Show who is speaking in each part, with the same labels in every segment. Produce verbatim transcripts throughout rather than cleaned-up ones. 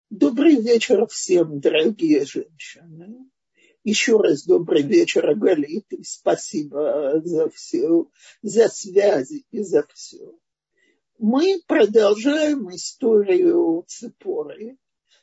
Speaker 1: Добрый вечер всем, дорогие женщины. Еще раз добрый вечер, Агалит, и спасибо за все, за связи и за все. Мы продолжаем историю Ципоры.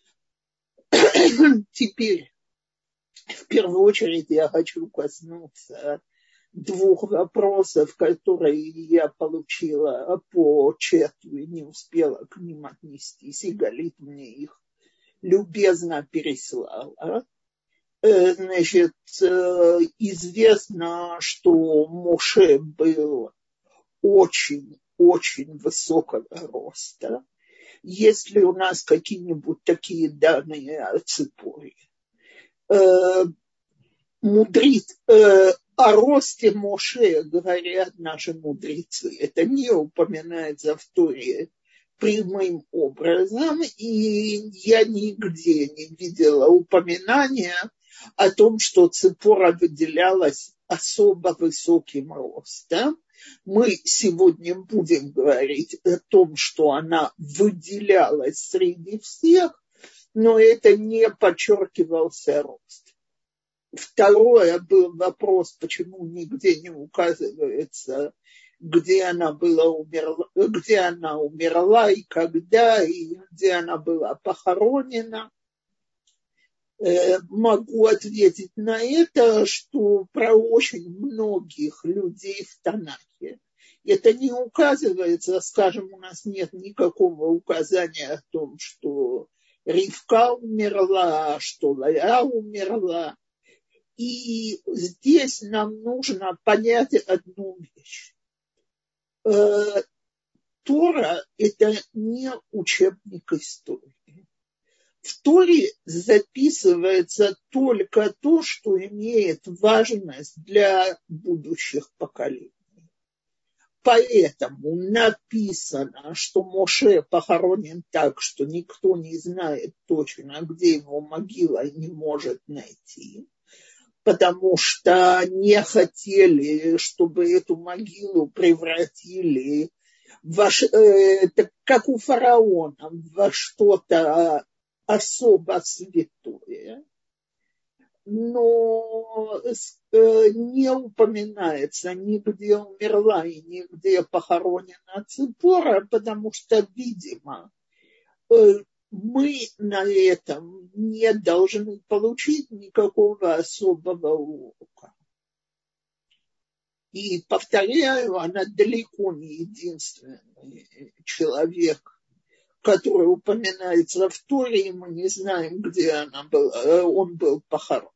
Speaker 1: Теперь, в первую очередь, я хочу коснуться двух вопросов, которые я получила по чату и не успела к ним отнестись, и Галит мне их любезно переслала. Значит, известно, что Моше был очень-очень высокого роста. Есть ли у нас какие-нибудь такие данные о Ципоре? Мудрец, о росте Моше говорят наши мудрецы. Это не упоминается в Торе прямым образом, и я нигде не видела упоминания о том, что Ципора выделялась особо высоким ростом. Мы сегодня будем говорить о том, что она выделялась среди всех, но это не подчеркивался рост. Второе был вопрос, почему нигде не указывается, где она была умерла, где она умерла и когда, и где она была похоронена. Могу ответить на это, что про очень многих людей в Танахе это не указывается. Скажем, у нас нет никакого указания о том, что Ривка умерла, что Леа умерла. И здесь нам нужно понять одну вещь. Тора – это не учебник истории. В Торе записывается только то, что имеет важность для будущих поколений. Поэтому написано, что Моше похоронен так, что никто не знает точно, где его могила и не может найти, потому что не хотели, чтобы эту могилу превратили, во, э, как у фараона, во что-то особо святое, но э, не упоминается нигде умерла и нигде похоронена Ципора, потому что, видимо, э, мы на этом не должны получить никакого особого урока. И, повторяю, она далеко не единственный человек, который упоминается в Торе, и мы не знаем, где она была, он был похоронен.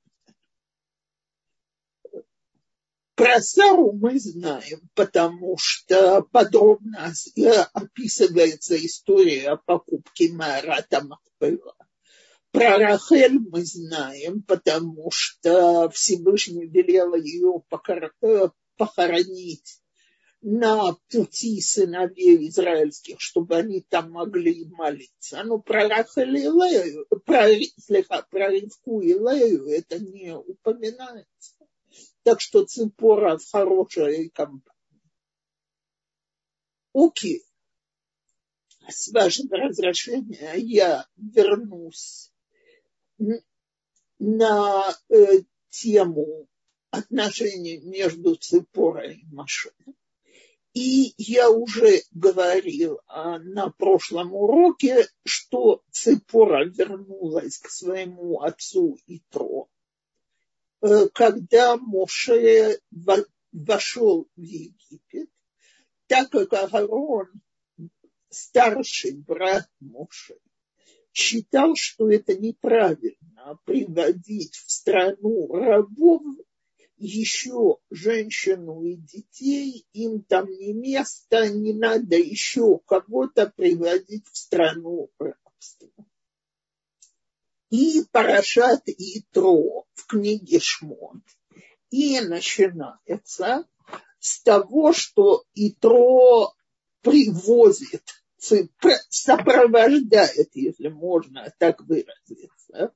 Speaker 1: Про Сару мы знаем, потому что подробно описывается история о покупке Маарата Махпела. Про Рахель мы знаем, потому что Всевышний велел ее похоронить на пути сыновей израильских, чтобы они там могли молиться. Но про Рахель и Лею, про, слегка, про Ривку и Лею это не упоминается. Так что Ципора в хорошей компании. Окей. С вашего разрешения я вернусь на э, тему отношений между Ципорой и Моше. И я уже говорила на прошлом уроке, что Ципора вернулась к своему отцу Итро, когда Моше вошел в Египет, так как Аарон, старший брат Моше, считал, что это неправильно приводить в страну рабов еще женщину и детей, им там не место, не надо еще кого-то приводить в страну рабства. И Парашат Итро в книге Шмот и начинается с того, что Итро привозит, сопровождает, если можно так выразиться,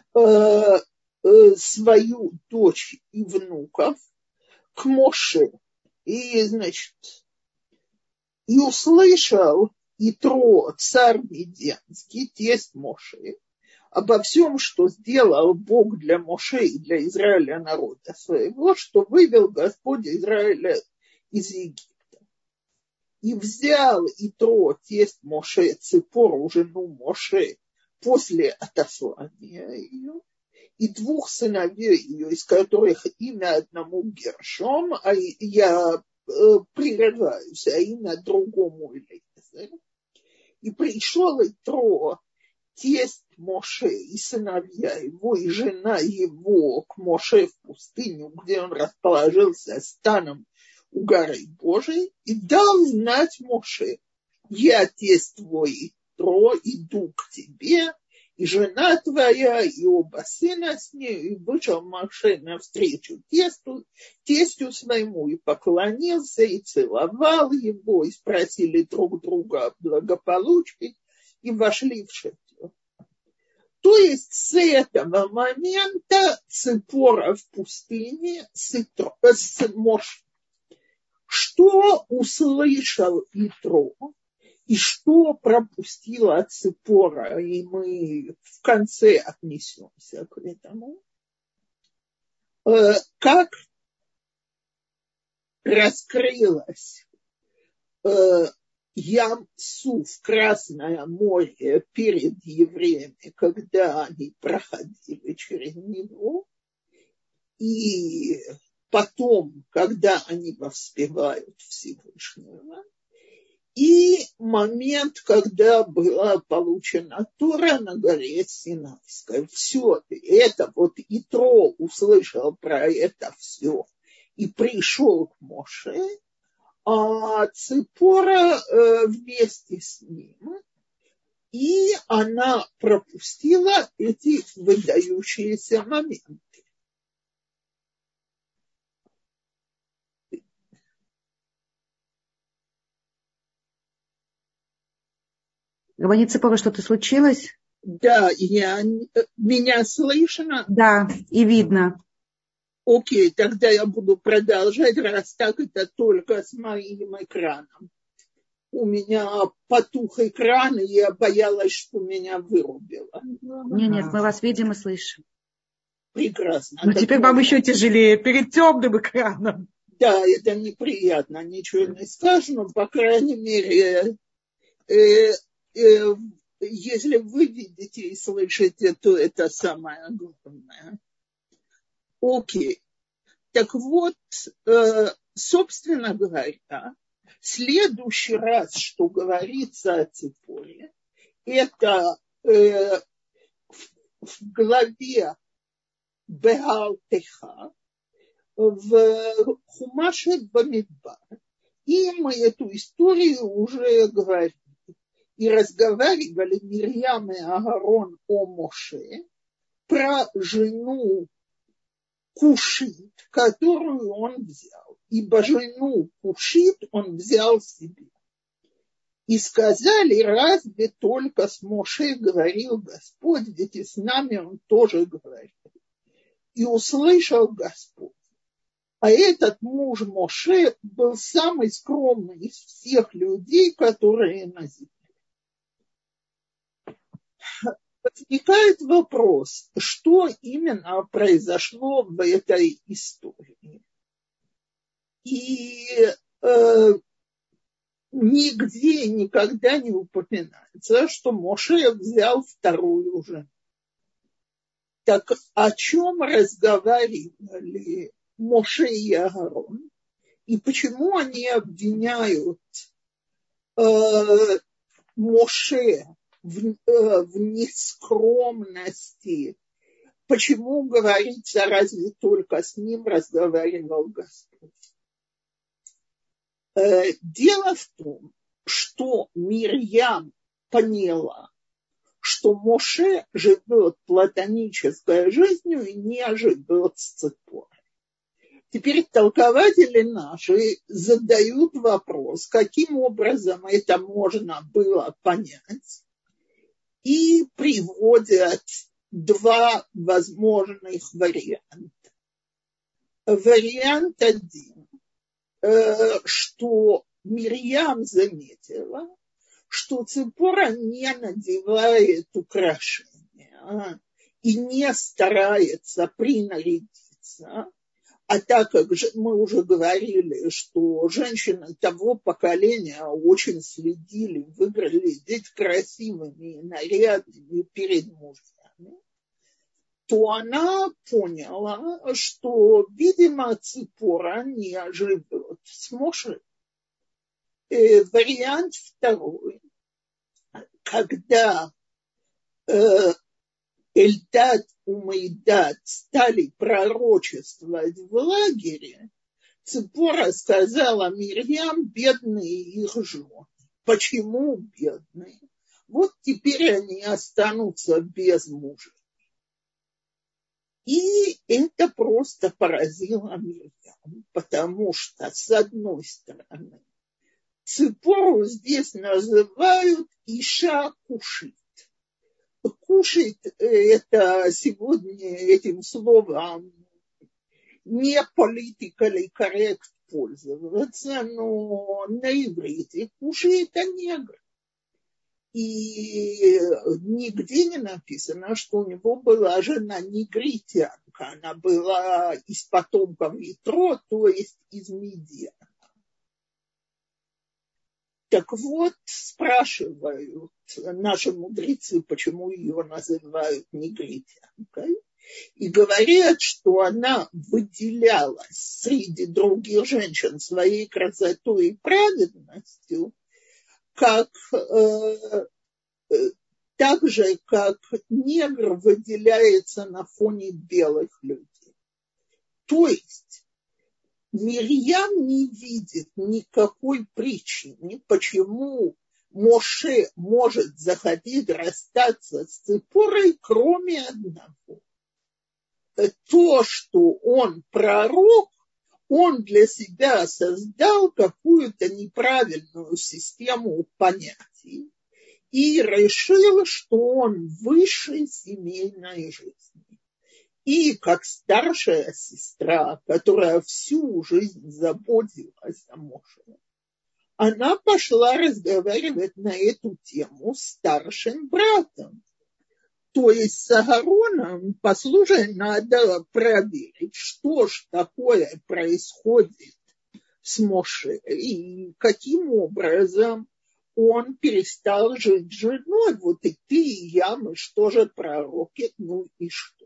Speaker 1: свою дочь и внуков к Моше. И, значит, и услышал, Итро, царь Медианский, тесть Моше, обо всем, что сделал Бог для Моше и для Израиля народа своего, что вывел Господь Израиля из Египта. И взял Итро, тесть Моше, Ципору, жену Моше, после отослания ее, и двух сыновей ее, из которых имя одному Гершом, а я э, прерываюсь, а имя другому Элиэзер. И пришел Итро, тесть Моше, и сыновья его, и жена его к Моше в пустыню, где он расположился станом у горы Божией, и дал знать Моше: я, тесть твой Итро, иду к тебе, и жена твоя, и оба сына с ней, и вышел Моше навстречу тесту, тестю своему, и поклонился, и целовал его, и спросили друг друга о благополучии, и вошли в шатер. То есть с этого момента Ципора в пустыне с, Итро, с Моше. Что услышал Итро и что пропустила Ципора, и мы в конце отнесемся к этому, как раскрылась Ям-Суф, Красное море, перед евреями, когда они проходили через него, и потом, когда они воспевают Всевышнего, и момент, когда была получена Тора на горе Синайской. Все это, вот Итро услышал про это все и пришел к Моше, а Ципора э, вместе с ним, и она пропустила эти выдающиеся моменты.
Speaker 2: Рабанит Ципора, что-то случилось?
Speaker 1: Да, я, меня слышно?
Speaker 2: Да, и видно.
Speaker 1: Окей, тогда я буду продолжать, раз так это только с моим экраном. У меня потух экран, и я боялась, что меня вырубило.
Speaker 2: Нет, нет, мы вас видим и слышим.
Speaker 1: Прекрасно.
Speaker 2: Но теперь вам еще тяжелее перед темным экраном.
Speaker 1: Да, это неприятно, ничего не скажу, но, по крайней мере, э, э, если вы видите и слышите, то это самое главное. Окей. Так вот, э, собственно говоря, следующий раз, что говорится о Ципоре, это э, в, в главе Беалтеха, в Хумаше Бамидбар. И мы эту историю уже говорили. И разговаривали Мирьям и Аарон о Моше про жену Кушит, которую он взял. Ибо жену Кушит он взял себе. И сказали: разве только с Моше говорил Господь, ведь и с нами он тоже говорил. И услышал Господь. А этот муж Моше был самый скромный из всех людей, которые на земле. Возникает вопрос, что именно произошло в этой истории. И э, нигде никогда не упоминается, что Моше взял вторую жену. Так о чем разговаривали Моше и Аарон? И почему они обвиняют э, Моше в, э, в нескромности? Почему, говорится, разве только с ним разговаривал Господь? Э, дело в том, что Мирьям поняла, что Моше живет платонической жизнью и не живет с Ципорой. Теперь толкователи наши задают вопрос, каким образом это можно было понять, и приводят два возможных варианта. Вариант один, что Мирьям заметила, что Ципора не надевает украшения и не старается принарядиться. А так как мы уже говорили, что женщины того поколения очень следили, выглядеть красивыми и нарядными перед мужьями, то она поняла, что, видимо, Ципора не живет с Моше. Э, вариант второй. Когда э, Эльдад и Мейдад стали пророчествовать в лагере, Ципора сказала Мирьям: бедные их жены. Почему бедные? Вот теперь они останутся без мужа. И это просто поразило Мирьям, потому что, с одной стороны, Ципору здесь называют Иша Кушит. Кушит – это сегодня этим словом не politically correct пользоваться, но на иврите кушит – это негр. И нигде не написано, что у него была жена негритянка. Она была из потомков Итро, то есть из Мидьяна. Так вот, спрашивают наши мудрецы, почему ее называют негритянкой, и говорят, что она выделялась среди других женщин своей красотой и праведностью, как, э, так же, как негр выделяется на фоне белых людей. То есть Мирьям не видит никакой причины, почему Моше может захотеть расстаться с Ципорой, кроме одного. То, что он пророк, он для себя создал какую-то неправильную систему понятий и решил, что он выше семейной жизни. И как старшая сестра, которая всю жизнь заботилась о Моше, она пошла разговаривать на эту тему с старшим братом. То есть с Агароном: послушай, надо проверить, что ж такое происходит с Моше и каким образом он перестал жить с женой. Вот и ты, и я, мы что же пророки, ну и что?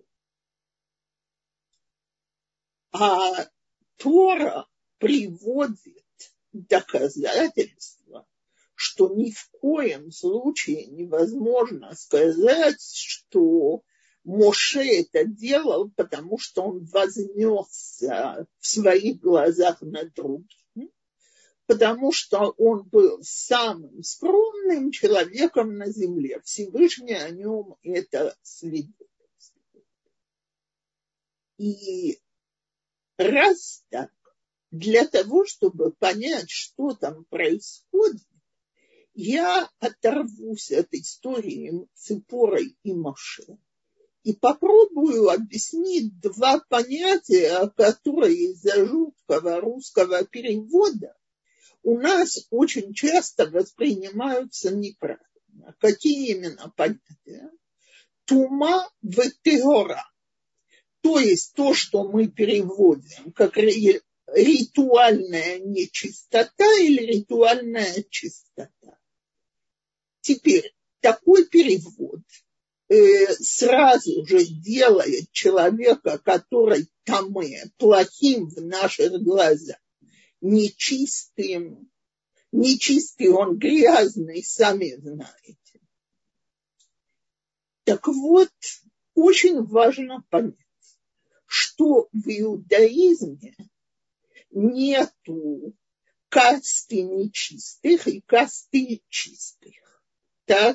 Speaker 1: А Тора приводит доказательства, что ни в коем случае невозможно сказать, что Моше это делал, потому что он вознесся в своих глазах над другими, потому что он был самым скромным человеком на земле. Всевышний о нем это свидетельствует. И раз так, для того, чтобы понять, что там происходит, я оторвусь от истории Ципоры и Моше и попробую объяснить два понятия, которые из-за жуткого русского перевода у нас очень часто воспринимаются неправильно. Какие именно понятия? Тума ветеора. То есть то, что мы переводим как ритуальная нечистота или ритуальная чистота. Теперь такой перевод э, сразу же делает человека, который тамэ, плохим в наших глазах, нечистым, нечистый он грязный, сами знаете. Так вот, очень важно понять, что в иудаизме нету касты нечистых и касты чистых. Так,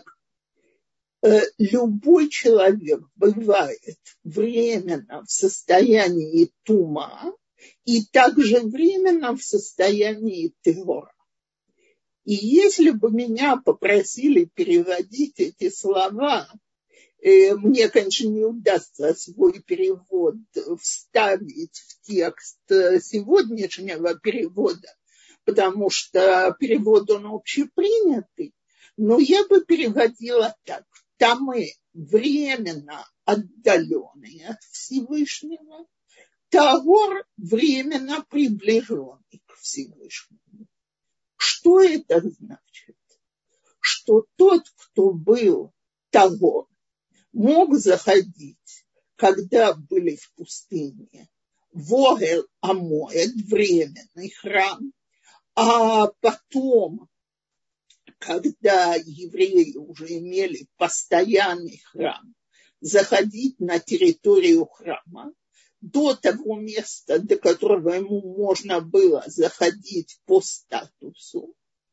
Speaker 1: любой человек бывает временно в состоянии тума и также временно в состоянии тевора. И если бы меня попросили переводить эти слова, мне, конечно, не удастся свой перевод вставить в текст сегодняшнего перевода, потому что перевод он общепринятый, Но я бы переводила так. Тамэ временно отдаленный от Всевышнего, Тагор временно приближенный к Всевышнему. Что это значит? Что тот, кто был Тагор, мог заходить, когда были в пустыне, в Огел Амоэд, временный храм, а потом, когда евреи уже имели постоянный храм, заходить на территорию храма, до того места, до которого ему можно было заходить по статусу.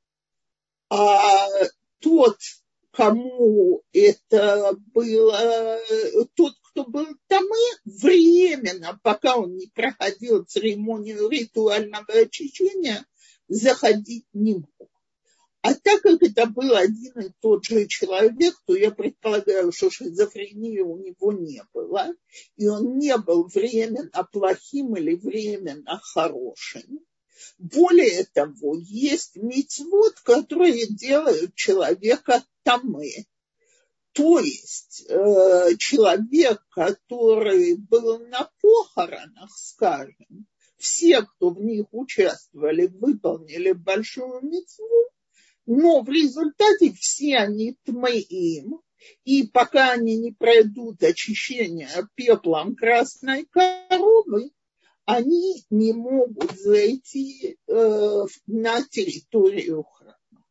Speaker 1: А тот, кому это было, тот, кто был там, и временно, пока он не проходил церемонию ритуального очищения, заходить не мог. А так как это был один и тот же человек, то я предполагаю, что шизофрении у него не было, и он не был временно плохим или временно хорошим. Более того, есть мицвот, которые делают человека тамэ. То есть э, человек, который был на похоронах, скажем, все, кто в них участвовали, выполнили большую мицву, но в результате все они тмеим, и пока они не пройдут очищение пеплом красной коровы, они не могут зайти э, на территорию храма.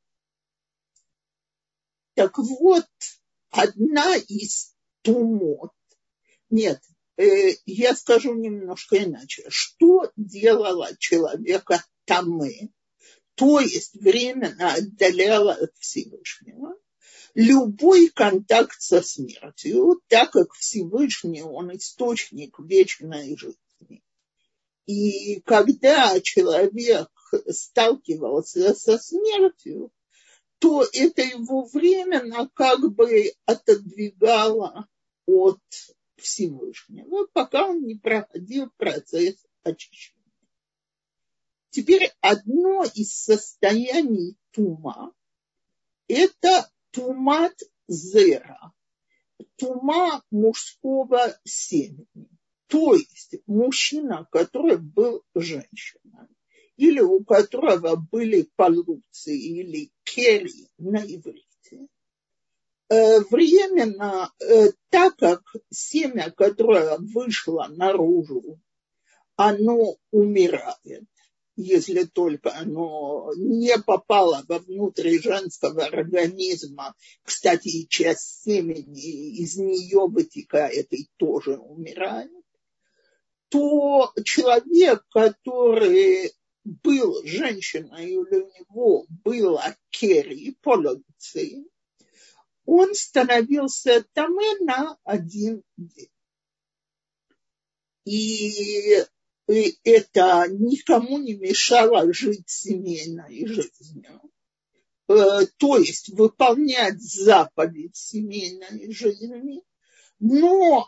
Speaker 1: Так вот, одна из тумот, нет, э, я скажу немножко иначе, что делало человека тамэ, то есть временно отдаляло от Всевышнего, любой контакт со смертью, так как Всевышний, он источник вечной жизни. И когда человек сталкивался со смертью, то это его временно как бы отодвигало от Всевышнего, пока он не проходил процесс очищения. Теперь одно из состояний тума – это тумат зера, тума мужского семени. То есть мужчина, который был женщиной, или у которого были полуции или кери на иврите, временно, так как семя, которое вышло наружу, оно умирает, если только оно не попало вовнутрь женского организма. Кстати, и часть семени из нее вытекает и тоже умирает. То человек, который был женщиной, и у него было кери, полуции, он становился тамэ на один день. И И это никому не мешало жить семейной жизнью. То есть выполнять заповедь семейной жизни. Но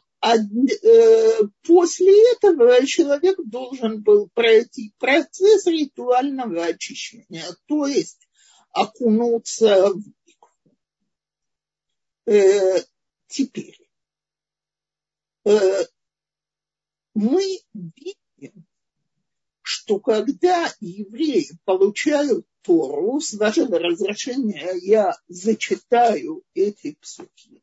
Speaker 1: после этого человек должен был пройти процесс ритуального очищения. То есть окунуться в микву. Теперь мы видим, что когда евреи получают Тору, с вашего разрешения я зачитаю эти псуки.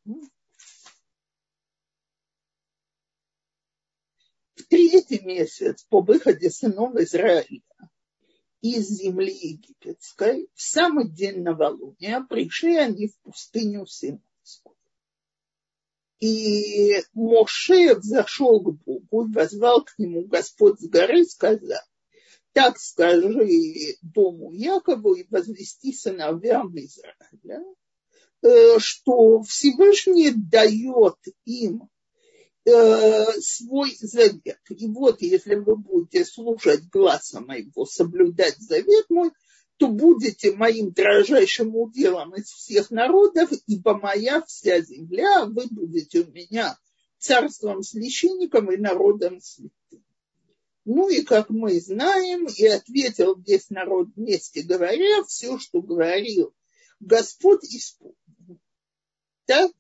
Speaker 1: В третий месяц по выходе сынов Израиля из земли египетской, в самый день новолуния, пришли они в пустыню Синайскую. И Моше взошел к Богу и возвал к нему Господь с горы, сказав: так скажи дому Якову и возвести сыновьям Израиля, что Всевышний дает им свой завет. И вот, если вы будете слушать гласа моего, соблюдать завет мой, то будете моим дрожайшим уделом из всех народов, ибо моя вся земля, вы будете у меня царством священником и народом святым. Ну и, как мы знаем, и ответил весь народ вместе говоря, все, что говорил Господь исполнил. Так?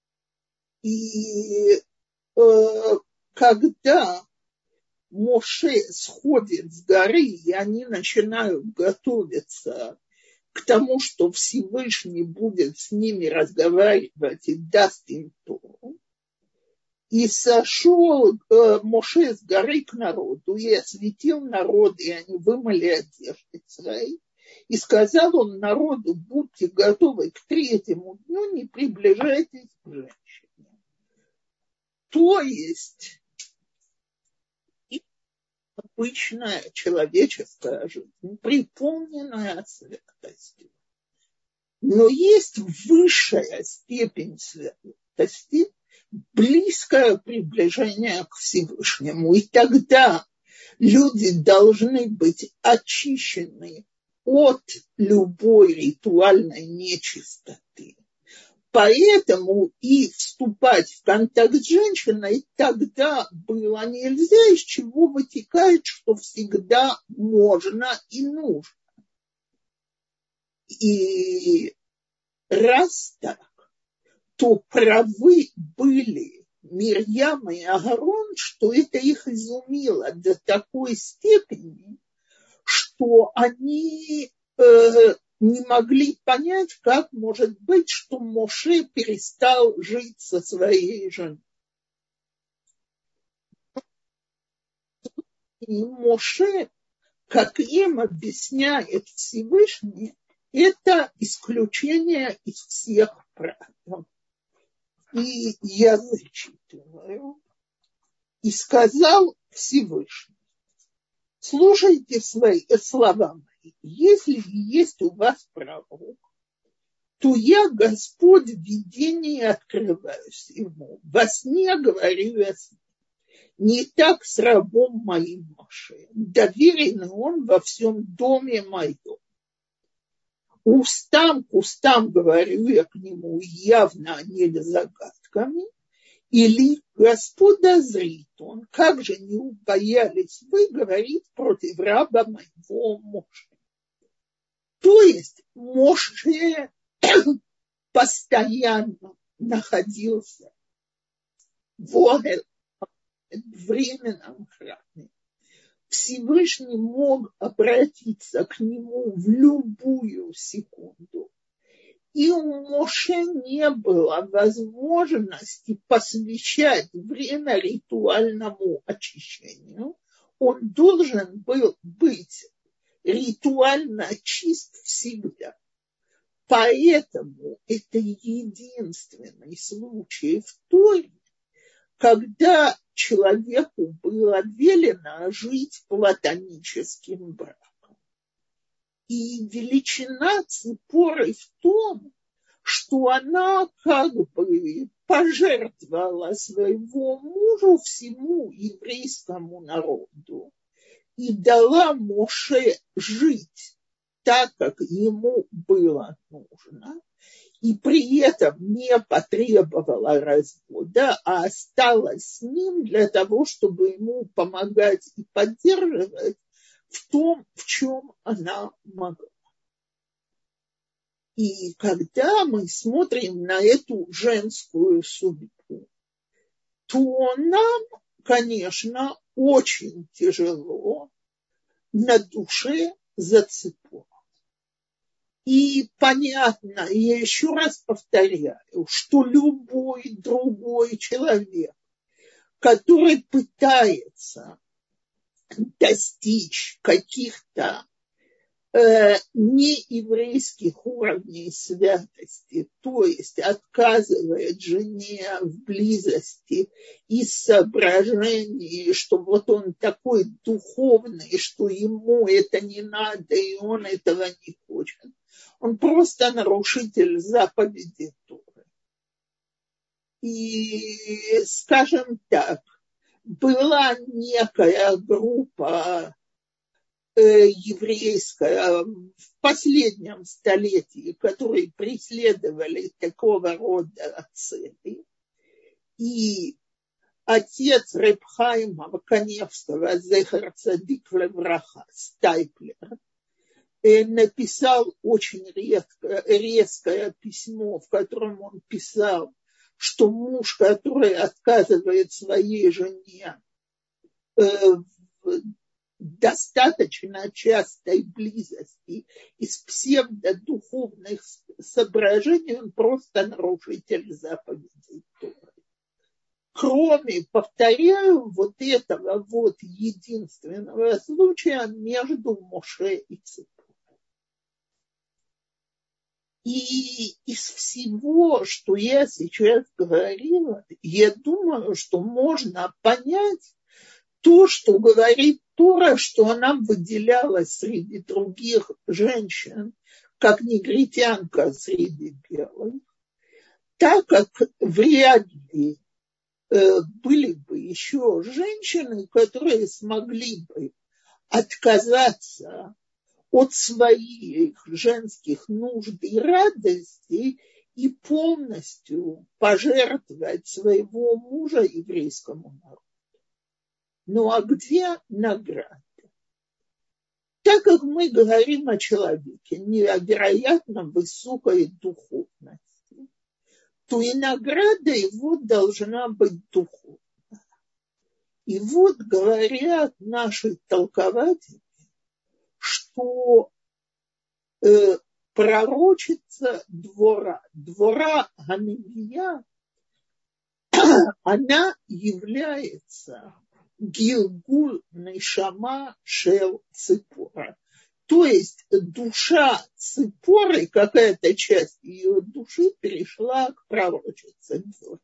Speaker 1: И э, когда Моше сходит с горы, и они начинают готовиться к тому, что Всевышний будет с ними разговаривать и даст им Тору, и сошел э, Моше с горы к народу, и осветил народ, и они вымыли одежды свои. И сказал он народу: будьте готовы к третьему дню, не приближайтесь к женщине. То есть обычная человеческая жизнь, преполненная святостью. Но есть высшая степень святости, близкое приближение к Всевышнему. И тогда люди должны быть очищены от любой ритуальной нечистоты. Поэтому и вступать в контакт с женщиной тогда было нельзя, из чего вытекает, что всегда можно и нужно. И раз так, то правы были Мирьям и Аарон, что это их изумило до такой степени, что они э, не могли понять, как может быть, что Моше перестал жить со своей женой. И Моше, как им объясняет Всевышний, это исключение из всех правил. И я зачитываю. И сказал Всевышний: слушайте свои слова мои. Если есть у вас пророк, то я, Господь, в видении открываюсь ему. Во сне говорю я с ним. Не так с рабом моим Моше. Доверенный он во всем доме моем. Устам к устам говорю я к нему явно, а не загадками. Или Господа зрит он, как же не убоялись вы говорить против раба моего Моше. То есть Моше постоянно находился в временном храме. Всевышний мог обратиться к нему в любую секунду. И у Моше не было возможности посвящать время ритуальному очищению. Он должен был быть ритуально чист всегда. Поэтому это единственный случай в Торе, когда человеку было велено жить платоническим браком. И величина Ципоры в том, что она как бы пожертвовала своего мужа всему еврейскому народу и дала Моше жить так, как ему было нужно, и при этом не потребовала развода, а осталась с ним для того, чтобы ему помогать и поддерживать в том, в чем она могла. И когда мы смотрим на эту женскую судьбу, то нам, конечно, очень тяжело на душе за Ципору. И понятно, я еще раз повторяю, что любой другой человек, который пытается достичь каких-то э, нееврейских уровней святости, то есть отказывает жене в близости из соображений, что вот он такой духовный, что ему это не надо, и он этого не хочет. Он просто нарушитель заповеди Торы. И, скажем так, была некая группа э, еврейская в последнем столетии, которые преследовали такого рода цели. И отец Реб Хаима Каневского, зехер цадик левраха, Стайплер, написал очень редко, резкое письмо, в котором он писал, что муж, который отказывает своей жене в достаточно частой близости из псевдодуховных соображений, он просто нарушитель заповедей Торы. Кроме, повторяю, вот этого вот единственного случая между Моше и Ципорой. И из всего, что я сейчас говорила, я думаю, что можно понять то, что говорит Тора, что она выделялась среди других женщин, как негритянка среди белых, так как вряд ли э, были бы еще женщины, которые смогли бы отказаться от своих женских нужд и радостей и полностью пожертвовать своего мужа еврейскому народу. Ну а где награда? Так как мы говорим о человеке невероятно высокой духовности, то и награда его должна быть духовной. И вот говорят наши толкователи, что э, пророчица Двора, Двора Ганевия, она является Гилгуль Нешама Шел Ципора. То есть душа Ципоры, какая-то часть ее души перешла к пророчице Дворе.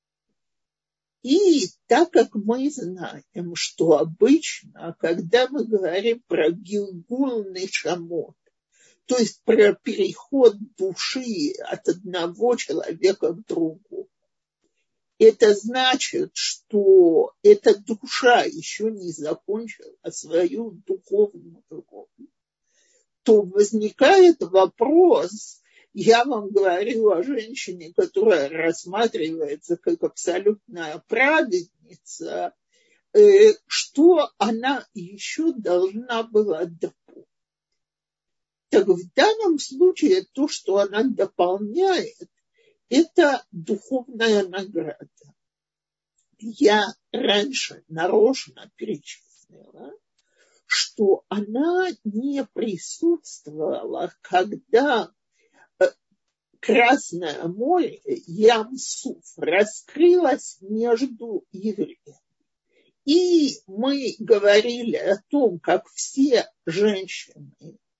Speaker 1: И так как мы знаем, что обычно, когда мы говорим про Гилгуль Нешамот, то есть про переход души от одного человека к другому, это значит, что эта душа еще не закончила свою духовную жизнь, то возникает вопрос, я вам говорю о женщине, которая рассматривается как абсолютная праведница, что она еще должна была дополнить. Так в данном случае то, что она дополняет, это духовная награда. Я раньше нарочно перечислила, что она не присутствовала, когда Красное море, Ям-Суф, раскрылось между евреями. И мы говорили о том, как все женщины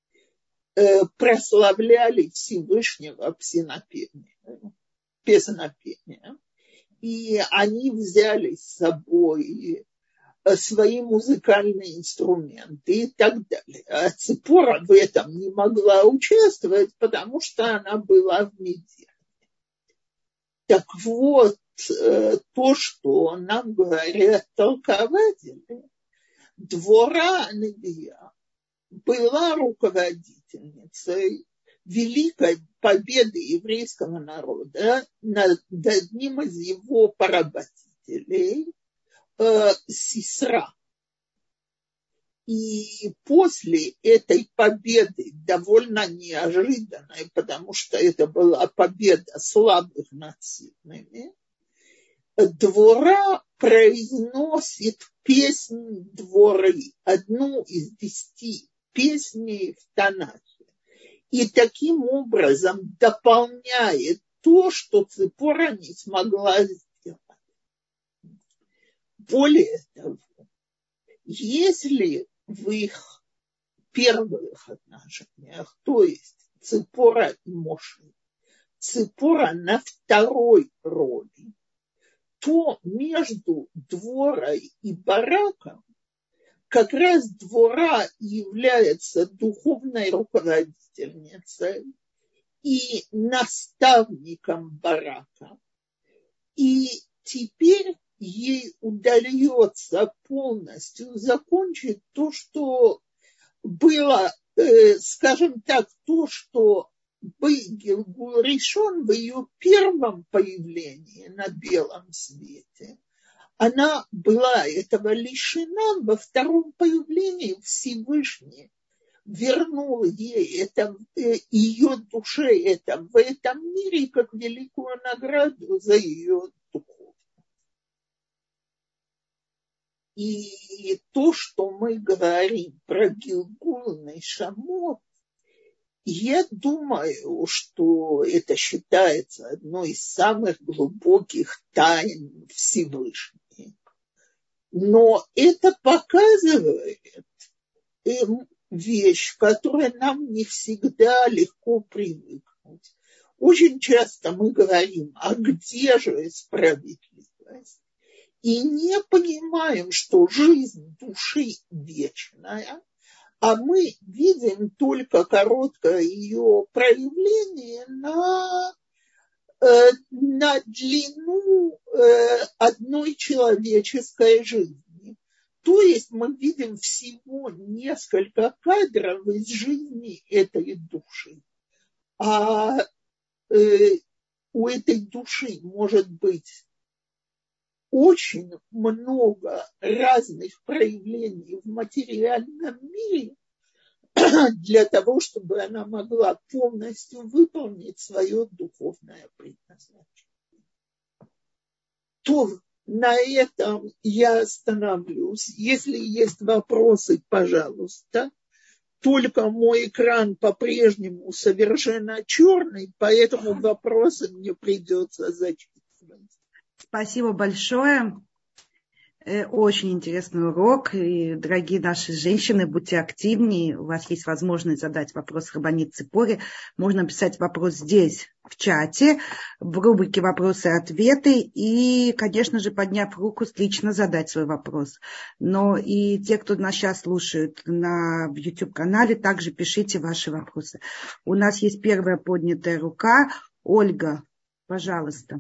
Speaker 1: прославляли Всевышнего песнопением, песнопением, и они взяли с собой свои музыкальные инструменты и так далее. А Ципора в этом не могла участвовать, потому что она была в Медиане. Так вот, то, что нам говорят толкователи, Двора Ганевия была руководительницей великой победы еврейского народа над одним из его поработителей, э, Сисра. И после этой победы, довольно неожиданной, потому что это была победа слабых над сильными, Двора произносит песнь Дворы, одну из десяти песней в Танахе. И таким образом дополняет то, что Ципора не смогла сделать. Более того, если в их первых отношениях, то есть Ципора и Моше, Ципора на второй роли, то между Дворой и Бараком как раз Двора является духовной руководительницей и наставником Барака. И теперь ей удается полностью закончить то, что было, э, скажем так, то, что Гилгуль Ришон в ее первом появлении на белом свете, она была этого лишена, во втором появлении Всевышний вернул ей это, ее душе это в этом мире как великую награду за ее духовность. И то, что мы говорим про Гилгул Нешамот, я думаю, что это считается одной из самых глубоких тайн Всевышнего. Но это показывает вещь, к которой нам не всегда легко привыкнуть. Очень часто мы говорим, а где же справедливость? И не понимаем, что жизнь души вечная, а мы видим только короткое ее проявление на, э, на длину э, одной человеческой жизни. То есть мы видим всего несколько кадров из жизни этой души. А э, у этой души может быть очень много разных проявлений в материальном мире для того, чтобы она могла полностью выполнить свое духовное предназначение. То на этом я остановлюсь. Если есть вопросы, пожалуйста. Только мой экран по-прежнему совершенно черный, поэтому вопросы мне придется зачитывать.
Speaker 2: Спасибо большое. Очень интересный урок. И, дорогие наши женщины, будьте активнее. У вас есть возможность задать вопрос Рабанит Ципоре. Можно писать вопрос здесь, в чате, в рубрике «Вопросы и ответы». И, конечно же, подняв руку, лично задать свой вопрос. Но и те, кто нас сейчас слушают на YouTube-канале, также пишите ваши вопросы. У нас есть первая поднятая рука. Ольга, пожалуйста.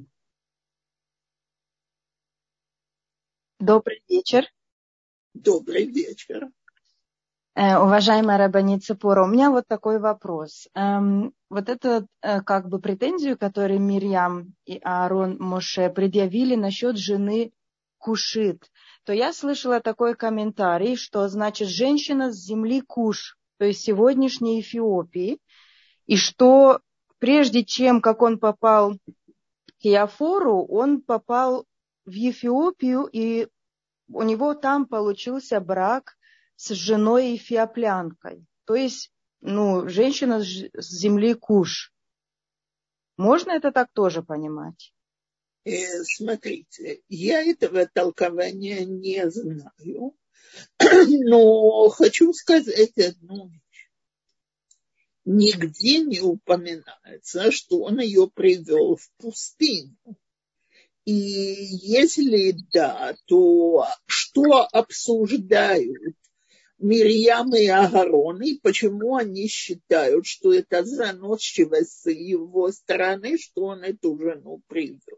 Speaker 3: Добрый вечер.
Speaker 1: Добрый вечер.
Speaker 3: Э, уважаемая Рабанит Ципора, у меня вот такой вопрос. Эм, вот эту э, как бы претензию, которую Мирьям и Аарон Моше предъявили насчет жены Кушит, то я слышала такой комментарий, что значит женщина с земли Куш, то есть сегодняшней Эфиопии, и что прежде чем как он попал к Иофору, он попал в Эфиопию, и у него там получился брак с женой эфиоплянкой. То есть, ну, женщина с земли Куш. Можно это так тоже понимать?
Speaker 1: Э, смотрите, я этого толкования не знаю, но хочу сказать одну вещь. Нигде не упоминается, что он ее привел в пустыню. И если да, то что обсуждают Мирьям и Аарон, и почему они считают, что это заносчивость с его стороны, что он эту жену привел?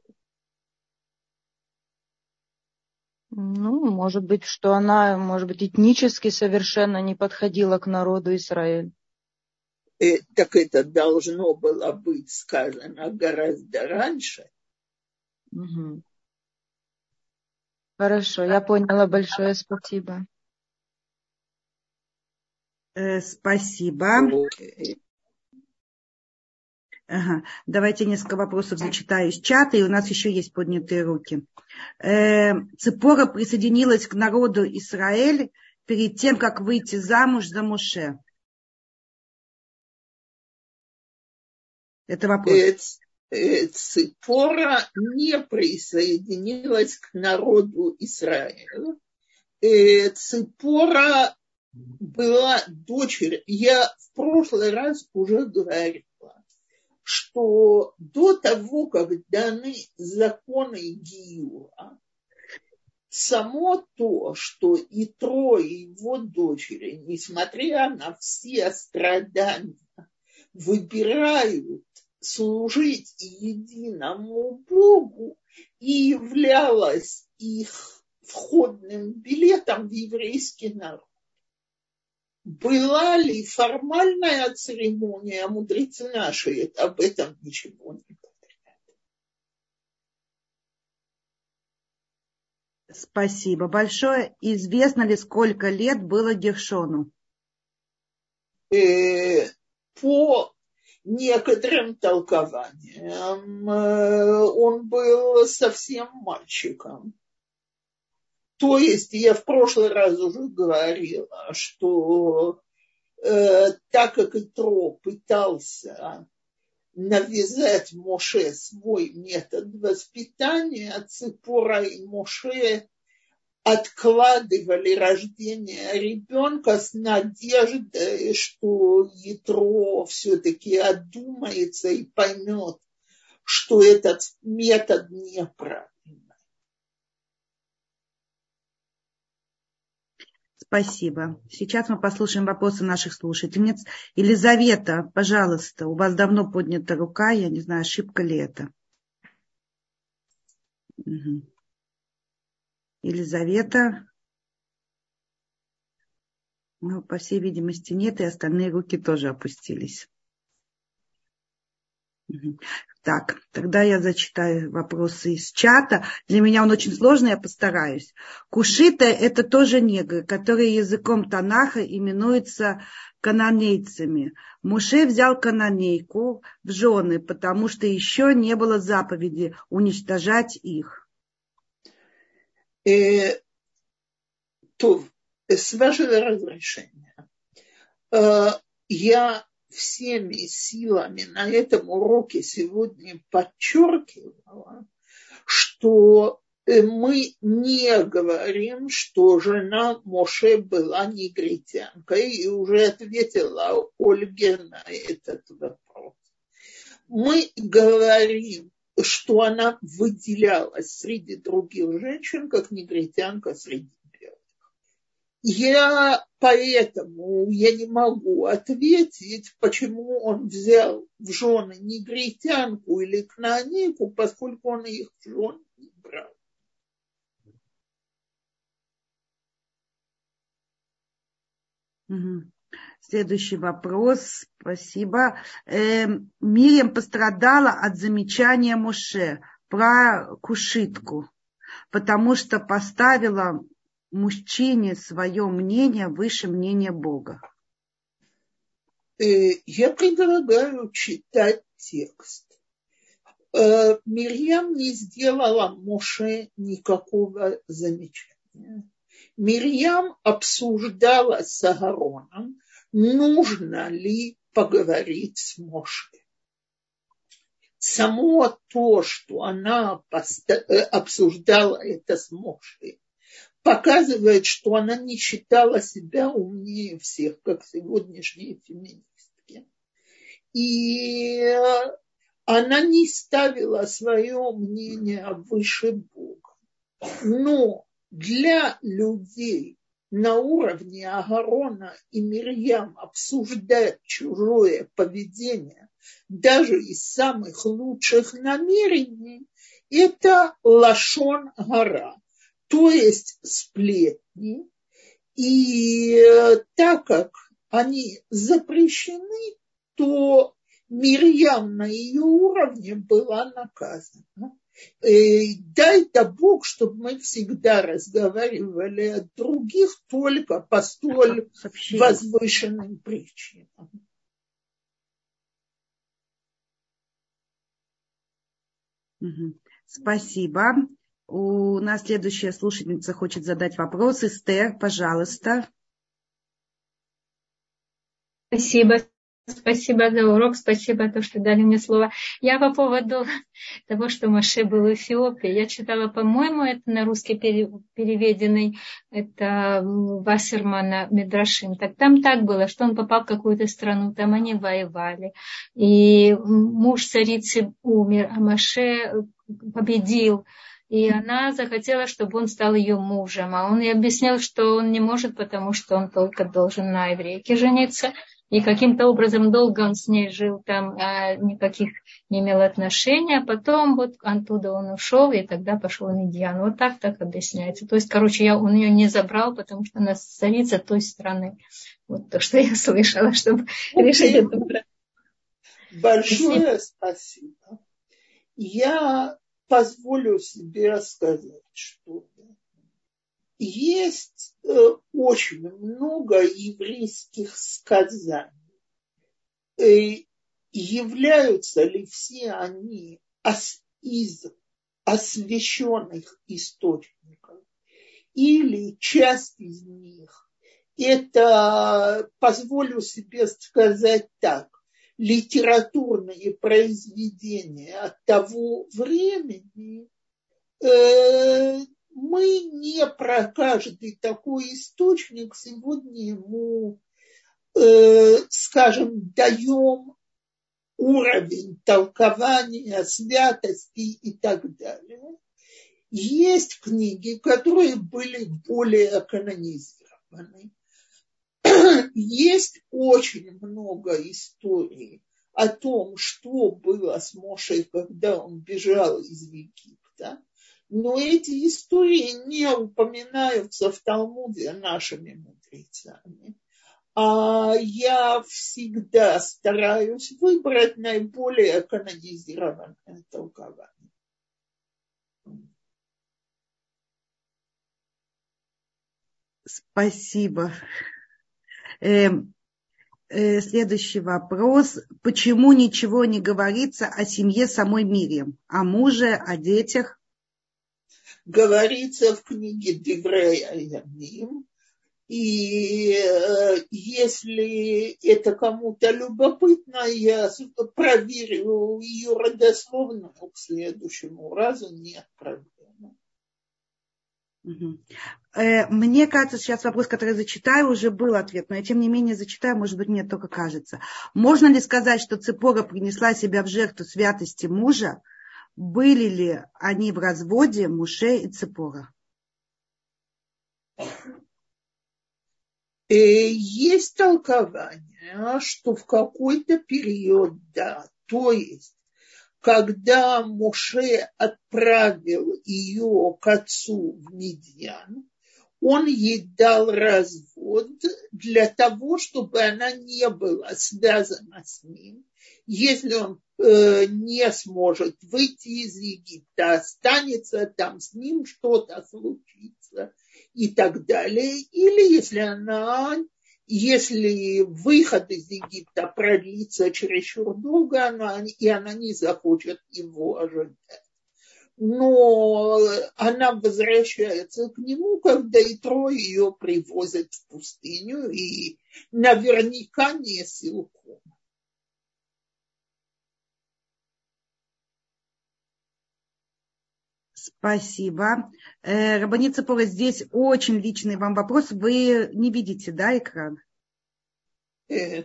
Speaker 3: Ну, может быть, что она, может быть, этнически совершенно не подходила к народу Израиля.
Speaker 1: Э, так это должно было быть сказано гораздо раньше.
Speaker 3: Угу. Хорошо, я поняла. Большое спасибо.
Speaker 2: Э, спасибо.
Speaker 1: Okay.
Speaker 2: Ага. Давайте несколько вопросов зачитаю из чата, и у нас еще есть поднятые руки. Э, Ципора присоединилась к народу Израиль перед тем, как выйти замуж за Моше. Это вопрос.
Speaker 1: Ципора не присоединилась к народу Израиля. Ципора была дочерью. Я в прошлый раз уже говорила, что до того, как даны законы Гиюра, само то, что Итро и его дочери, несмотря на все страдания, выбирают служить единому Богу, и являлось их входным билетом в еврейский народ. Была ли формальная церемония, мудрецы наши об этом ничего не говорят.
Speaker 2: Спасибо большое. Известно ли, сколько лет было Гершону?
Speaker 1: э, по некоторым толкованиям э, он был совсем мальчиком. То есть я в прошлый раз уже говорила, что э, так как Итро пытался навязать Моше свой метод воспитания, Ципора и Моше откладывали рождение ребенка с надеждой, что Итро все-таки одумается и поймет, что этот метод неправильный.
Speaker 2: Спасибо. Сейчас мы послушаем вопросы наших слушательниц. Елизавета, пожалуйста, у вас давно поднята рука, я не знаю, ошибка ли это. Угу. Елизавета. Ну, по всей видимости, нет, и остальные руки тоже опустились. Угу. Так, тогда я зачитаю вопросы из чата. Для меня он очень сложный, я постараюсь. Кушиты – это тоже негры, которые языком Танаха именуются кананейцами. Моше взял кананейку в жены, потому что еще не было заповеди уничтожать их.
Speaker 1: Э, то, с вашего разрешения, э, я всеми силами на этом уроке сегодня подчеркивала, что мы не говорим, что жена Моше была негритянкой, и уже ответила Ольге на этот вопрос. Мы говорим, что она выделялась среди других женщин, как негритянка среди белых. Я поэтому я не могу ответить, почему он взял в жены негритянку или кнаанейку, поскольку он их в жены не брал.
Speaker 2: Угу. Следующий вопрос. Спасибо. Э, Мирьям пострадала от замечания Моше про кушитку, потому что поставила мужчине свое мнение выше мнения Бога.
Speaker 1: Э, я предлагаю читать текст. Э, Мирьям не сделала Моше никакого замечания. Мирьям обсуждала с Аароном, нужно ли поговорить с Моше. Само то, что она обсуждала это с Моше, показывает, что она не считала себя умнее всех, как сегодняшние феминистки. И она не ставила свое мнение выше Бога. Но для людей на уровне Аарона и Мирьям обсуждать чужое поведение даже из самых лучших намерений, это лашон гара, то есть сплетни. И так как они запрещены, то Мирьям на ее уровне была наказана. Дай-то Бог, чтобы мы всегда разговаривали о других только по столь возвышенным причинам.
Speaker 2: Спасибо. У нас следующая слушательница хочет задать вопрос. Эстер, пожалуйста.
Speaker 4: Спасибо. Спасибо за урок, спасибо за то, что дали мне слово. Я по поводу того, что Моше был в Эфиопии, я читала, по-моему, это на русский переведенный, это Вассермана Мидрашим. Так там так было, что он попал в какую-то страну, там они воевали. И муж царицы умер, а Моше победил. И она захотела, чтобы он стал ее мужем. А он ей объяснил, что он не может, потому что он только должен на еврейке жениться. И каким-то образом долго он с ней жил, там а, никаких не имел отношений, а потом вот оттуда он ушел, и тогда пошел Медьян. Вот так так объясняется. То есть, короче, я, он ее не забрал, потому что она царица той страны. Вот то, что я слышала, чтобы решить это вопрос.
Speaker 1: Большое спасибо. спасибо. Я позволю себе сказать, что есть э, очень много еврейских сказаний, являются ли все они из освященных источников, или часть из них, это, позволю себе сказать так, литературные произведения от того времени, э, мы не про каждый такой источник сегодня ему, э, скажем, даем уровень толкования, святости и так далее. Есть книги, которые были более канонизированы. Есть очень много историй о том, что было с Моше, когда он бежал из Египта. Но эти истории не упоминаются в Талмуде нашими мудрецами. А я всегда стараюсь выбрать наиболее канонизированное толкование.
Speaker 2: Спасибо. Э, э, следующий вопрос. Почему ничего не говорится о семье самой Мирьям, о муже, о детях?
Speaker 1: Говорится в книге Деврей Аямим. И э, если это кому-то любопытно, я проверю ее родословную к следующему разу, нет проблем.
Speaker 2: Угу. Э, мне кажется, сейчас вопрос, который я зачитаю, уже был ответ, но я тем не менее зачитаю, может быть, мне только кажется. Можно ли сказать, что Ципора принесла себя в жертву святости мужа? Были ли они в разводе, Моше и Ципора?
Speaker 1: Есть толкование, что в какой-то период, да, то есть, когда Моше отправил ее к отцу в Мидьян, он ей дал развод для того, чтобы она не была связана с ним. Если он э, не сможет выйти из Египта, останется там с ним, что-то случится и так далее. Или если она, если выход из Египта продлится чересчур долго, она, и она не захочет его ожидать. Но она возвращается к нему, когда Итро ее привозят в пустыню, и наверняка не силком.
Speaker 2: Спасибо. Э, Рабанит Ципора, здесь очень личный вам вопрос. Вы не видите, да, экран?
Speaker 1: Э,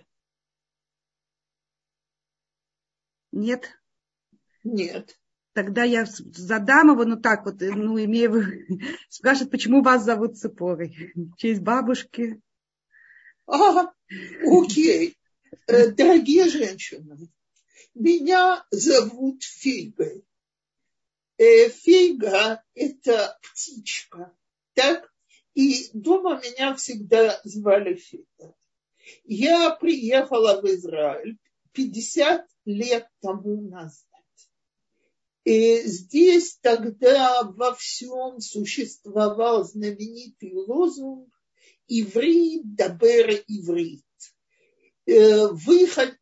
Speaker 2: Нет?
Speaker 1: Нет.
Speaker 2: Тогда я задам его, ну так вот, ну, имея, спрашивает, почему вас зовут Ципорой? В честь бабушки?
Speaker 1: А, окей. Э, дорогие женщины, меня зовут Фигой. Э, Фига – это птичка, так? И дома меня всегда звали Фига. Я приехала в Израиль пятьдесят лет тому назад. И здесь тогда во всем существовал знаменитый лозунг «Иврит дабер иврит». Выход,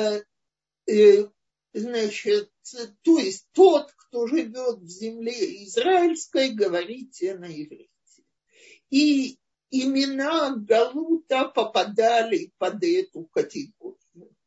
Speaker 1: значит, то есть тот, кто живет в земле израильской, говорите на иврите. И имена Галута попадали под эту категорию.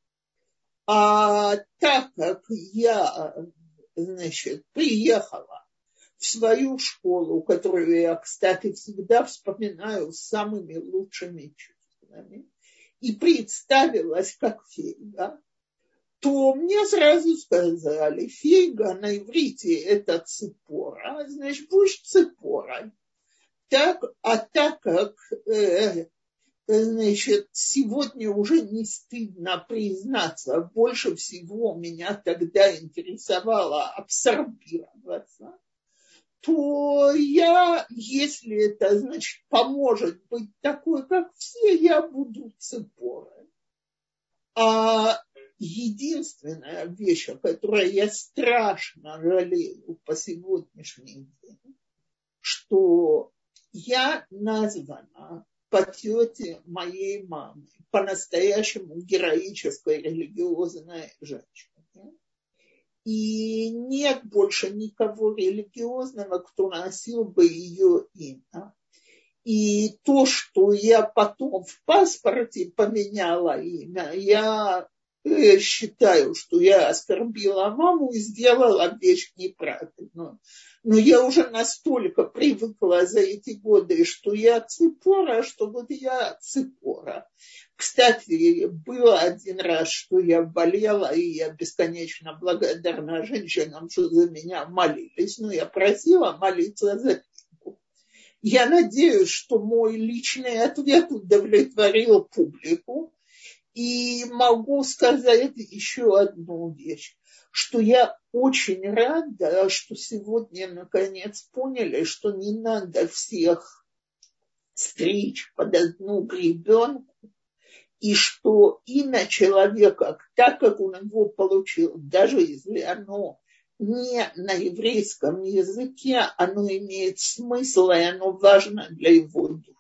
Speaker 1: А так как я, значит, приехала в свою школу, которую я, кстати, всегда вспоминаю с самыми лучшими чувствами, и представилась как Фига, то мне сразу сказали, Фига на иврите это Ципора, значит, будешь Ципорой. Так, а так как, э, значит, сегодня уже не стыдно признаться, больше всего меня тогда интересовало абсорбироваться, то я, если это, значит, поможет быть такой, как все, я буду Ципорой. А единственная вещь, о которой я страшно жалею по сегодняшний день, что я названа по тете моей мамы, по-настоящему героическая религиозная женщина. И нет больше никого религиозного, кто носил бы ее имя. И то, что я потом в паспорте поменяла имя, я считаю, что я оскорбила маму и сделала вещь неправильную. Но я уже настолько привыкла за эти годы, что я Ципора, что вот я Ципора. Кстати, было один раз, что я болела, и я бесконечно благодарна женщинам, что за меня молились. Но я просила молиться за Пинку. Я надеюсь, что мой личный ответ удовлетворил публику. И могу сказать еще одну вещь, что я очень рада, что сегодня наконец поняли, что не надо всех стричь под одну гребенку, и что имя человека, так как он его получил, даже если оно не на еврейском языке, оно имеет смысл, и оно важно для его души.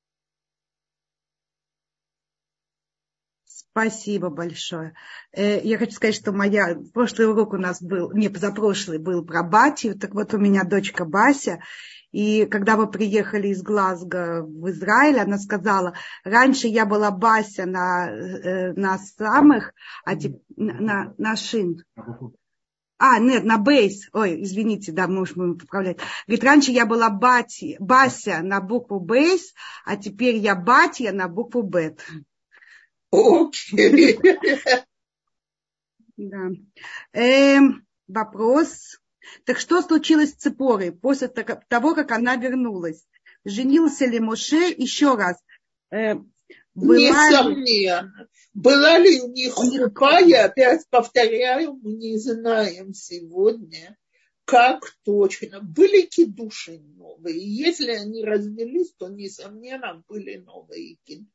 Speaker 2: Спасибо большое. Я хочу сказать, что моя прошлый урок у нас был, не, позапрошлый был про Батию. Так вот, у меня дочка Бася. И когда мы приехали из Глазго в Израиль, она сказала, раньше я была Бася на, на самых, а теперь на, на шин. А, нет, на бейс. Ой, извините, да, муж мой поправляет. Говорит, раньше я была Бати, Бася на букву бейс, а теперь я Батия на букву бет.
Speaker 1: Окей.
Speaker 2: Да. Эм, вопрос. Так что случилось с Ципорой после того, как она вернулась? Женился ли Моше еще раз? Э, была
Speaker 1: Несомненно. Ли... Была ли у них хупа, я опять повторяю, мы не знаем сегодня, как точно. Были кидуши новые. И если они развелись, то, несомненно, были новые кидуши.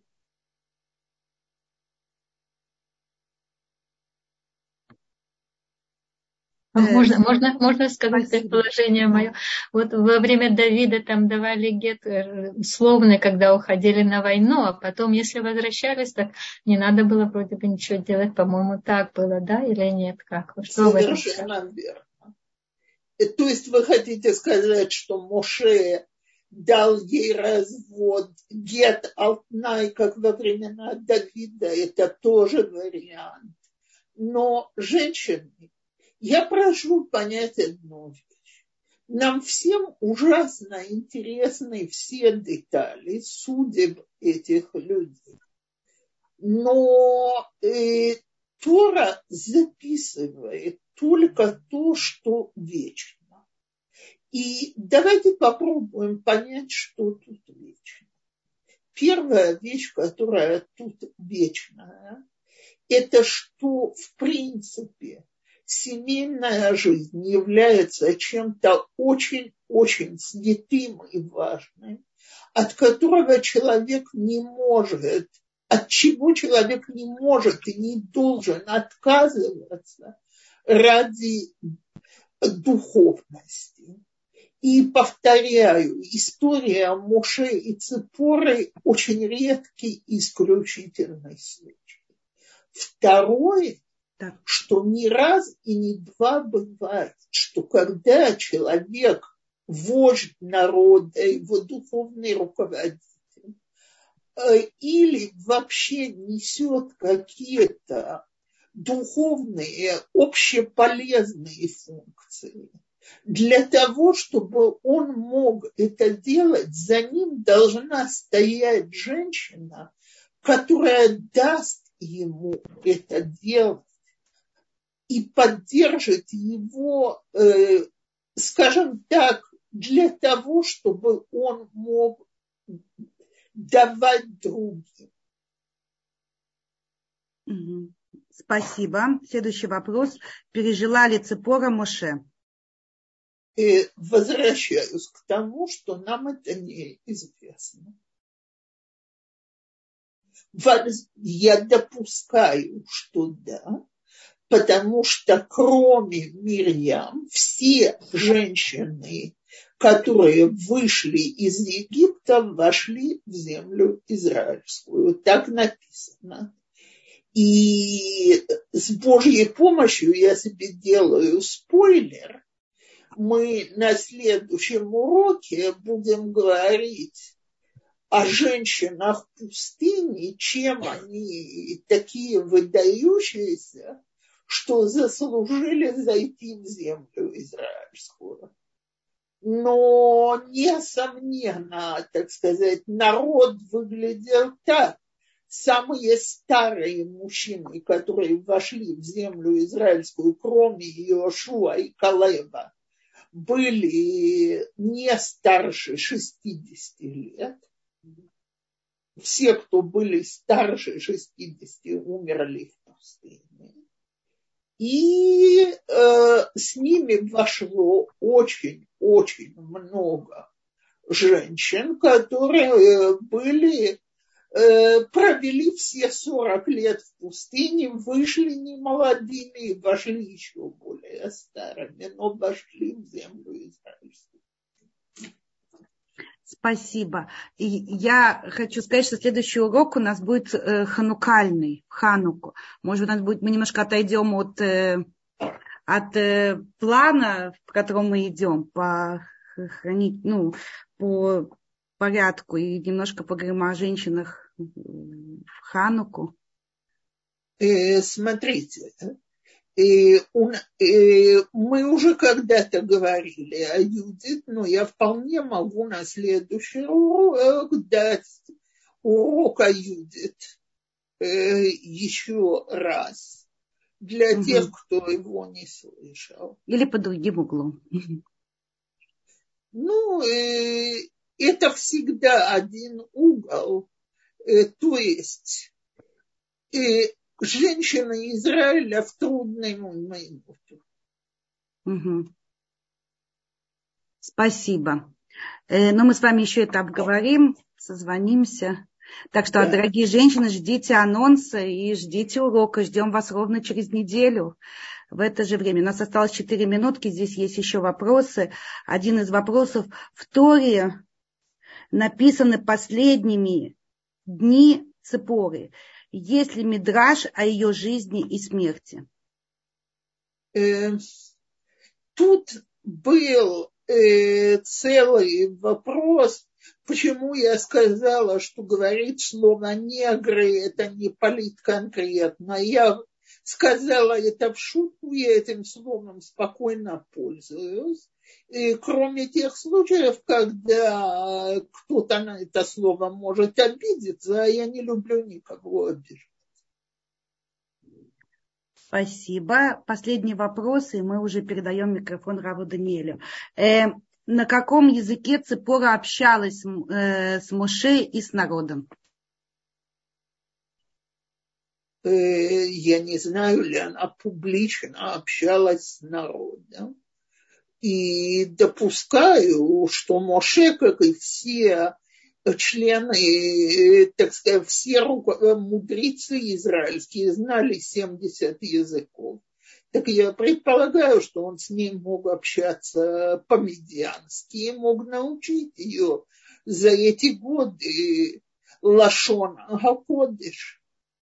Speaker 4: Можно, можно, можно сказать
Speaker 2: Спасибо.
Speaker 4: предположение мое. Вот во время Давида там давали гет условный, когда уходили на войну, а потом, если возвращались, так не надо было вроде бы ничего делать. По-моему, так было, да, или нет? Как? Что
Speaker 1: совершенно верно. То есть вы хотите сказать, что Моше дал ей развод, гет алтнай, как во времена Давида, это тоже вариант. Но женщины, я прошу понять одну вещь. Нам всем ужасно интересны все детали судеб этих людей. Но э, Тора записывает только то, что вечно. И давайте попробуем понять, что тут вечно. Первая вещь, которая тут вечная, это что, в принципе, семейная жизнь является чем-то очень-очень святым и важным, от которого человек не может, от чего человек не может и не должен отказываться ради духовности. И повторяю, история Моше и Ципоры очень редкий и исключительный случай. Второе, так. Что не раз и не два бывает, что когда человек, вождь народа, его духовный руководитель, или вообще несет какие-то духовные, общеполезные функции, для того, чтобы он мог это делать, за ним должна стоять женщина, которая даст ему это делать и поддержит его, э, скажем так, для того, чтобы он мог давать другим.
Speaker 2: Спасибо. Следующий вопрос. Пережила ли Ципора Моше?
Speaker 1: И возвращаюсь к тому, что нам это неизвестно. Я допускаю, что да, потому что кроме Мирьям все женщины которые вышли из Египта, вошли в землю израильскую. Так написано. И с Божьей помощью я себе делаю спойлер. Мы на следующем уроке будем говорить о женщинах пустыни, чем они такие выдающиеся, что заслужили зайти в землю израильскую. Но, несомненно, так сказать, народ выглядел так. Самые старые мужчины, которые вошли в землю израильскую, кроме Иошуа и Калеба, были не старше шестидесяти лет. Все, кто были старше шестидесяти, умерли в пустыне. И э, с ними вошло очень-очень много женщин, которые были, э, провели все сорок лет в пустыне, вышли не молодыми и вошли еще более старыми, но вошли в землю израильскую.
Speaker 2: Спасибо. И я хочу сказать, что следующий урок у нас будет э, ханукальный, в Хануку. Может быть, у нас будет, мы немножко отойдем от, э, от э, плана, в котором мы идем, по, хранить, ну, по порядку, и немножко поговорим о женщинах в Хануку.
Speaker 1: Э, смотрите, И, он, и мы уже когда-то говорили о Юдит, но я вполне могу на следующий урок дать урок о Юдит э, еще раз для угу. тех, кто его не слышал.
Speaker 2: Или по другим углом.
Speaker 1: Ну, э, это всегда один угол, э, то есть... Э, женщина Израиля в трудную минуту.
Speaker 2: Угу. Спасибо. Э, но мы с вами еще это обговорим, созвонимся. Так что, да. Дорогие женщины, ждите анонса и ждите урока. Ждем вас ровно через неделю. В это же время. У нас осталось четыре минутки. Здесь есть еще вопросы. Один из вопросов. В Торе написаны последними дни Ципоры. Есть ли мидраш о ее жизни и смерти?
Speaker 1: Э, тут был э, целый вопрос, почему я сказала, что говорить слово негры это не политконкретно. Я сказала это в шутку, я этим словом спокойно пользуюсь. И кроме тех случаев, когда кто-то на это слово может обидеться, я не люблю никого обижать.
Speaker 2: Спасибо. Последний вопрос, и мы уже передаем микрофон Раву Даниэлю. Э, на каком языке Ципора общалась э, с Моше и с народом?
Speaker 1: Э, я не знаю, ли она публично общалась с народом. И допускаю, что Моше, как и все члены, так сказать, все мудрецы израильские знали семьдесят языков. Так я предполагаю, что он с ней мог общаться по-медиански, мог научить ее за эти годы лашон ха-кодеш.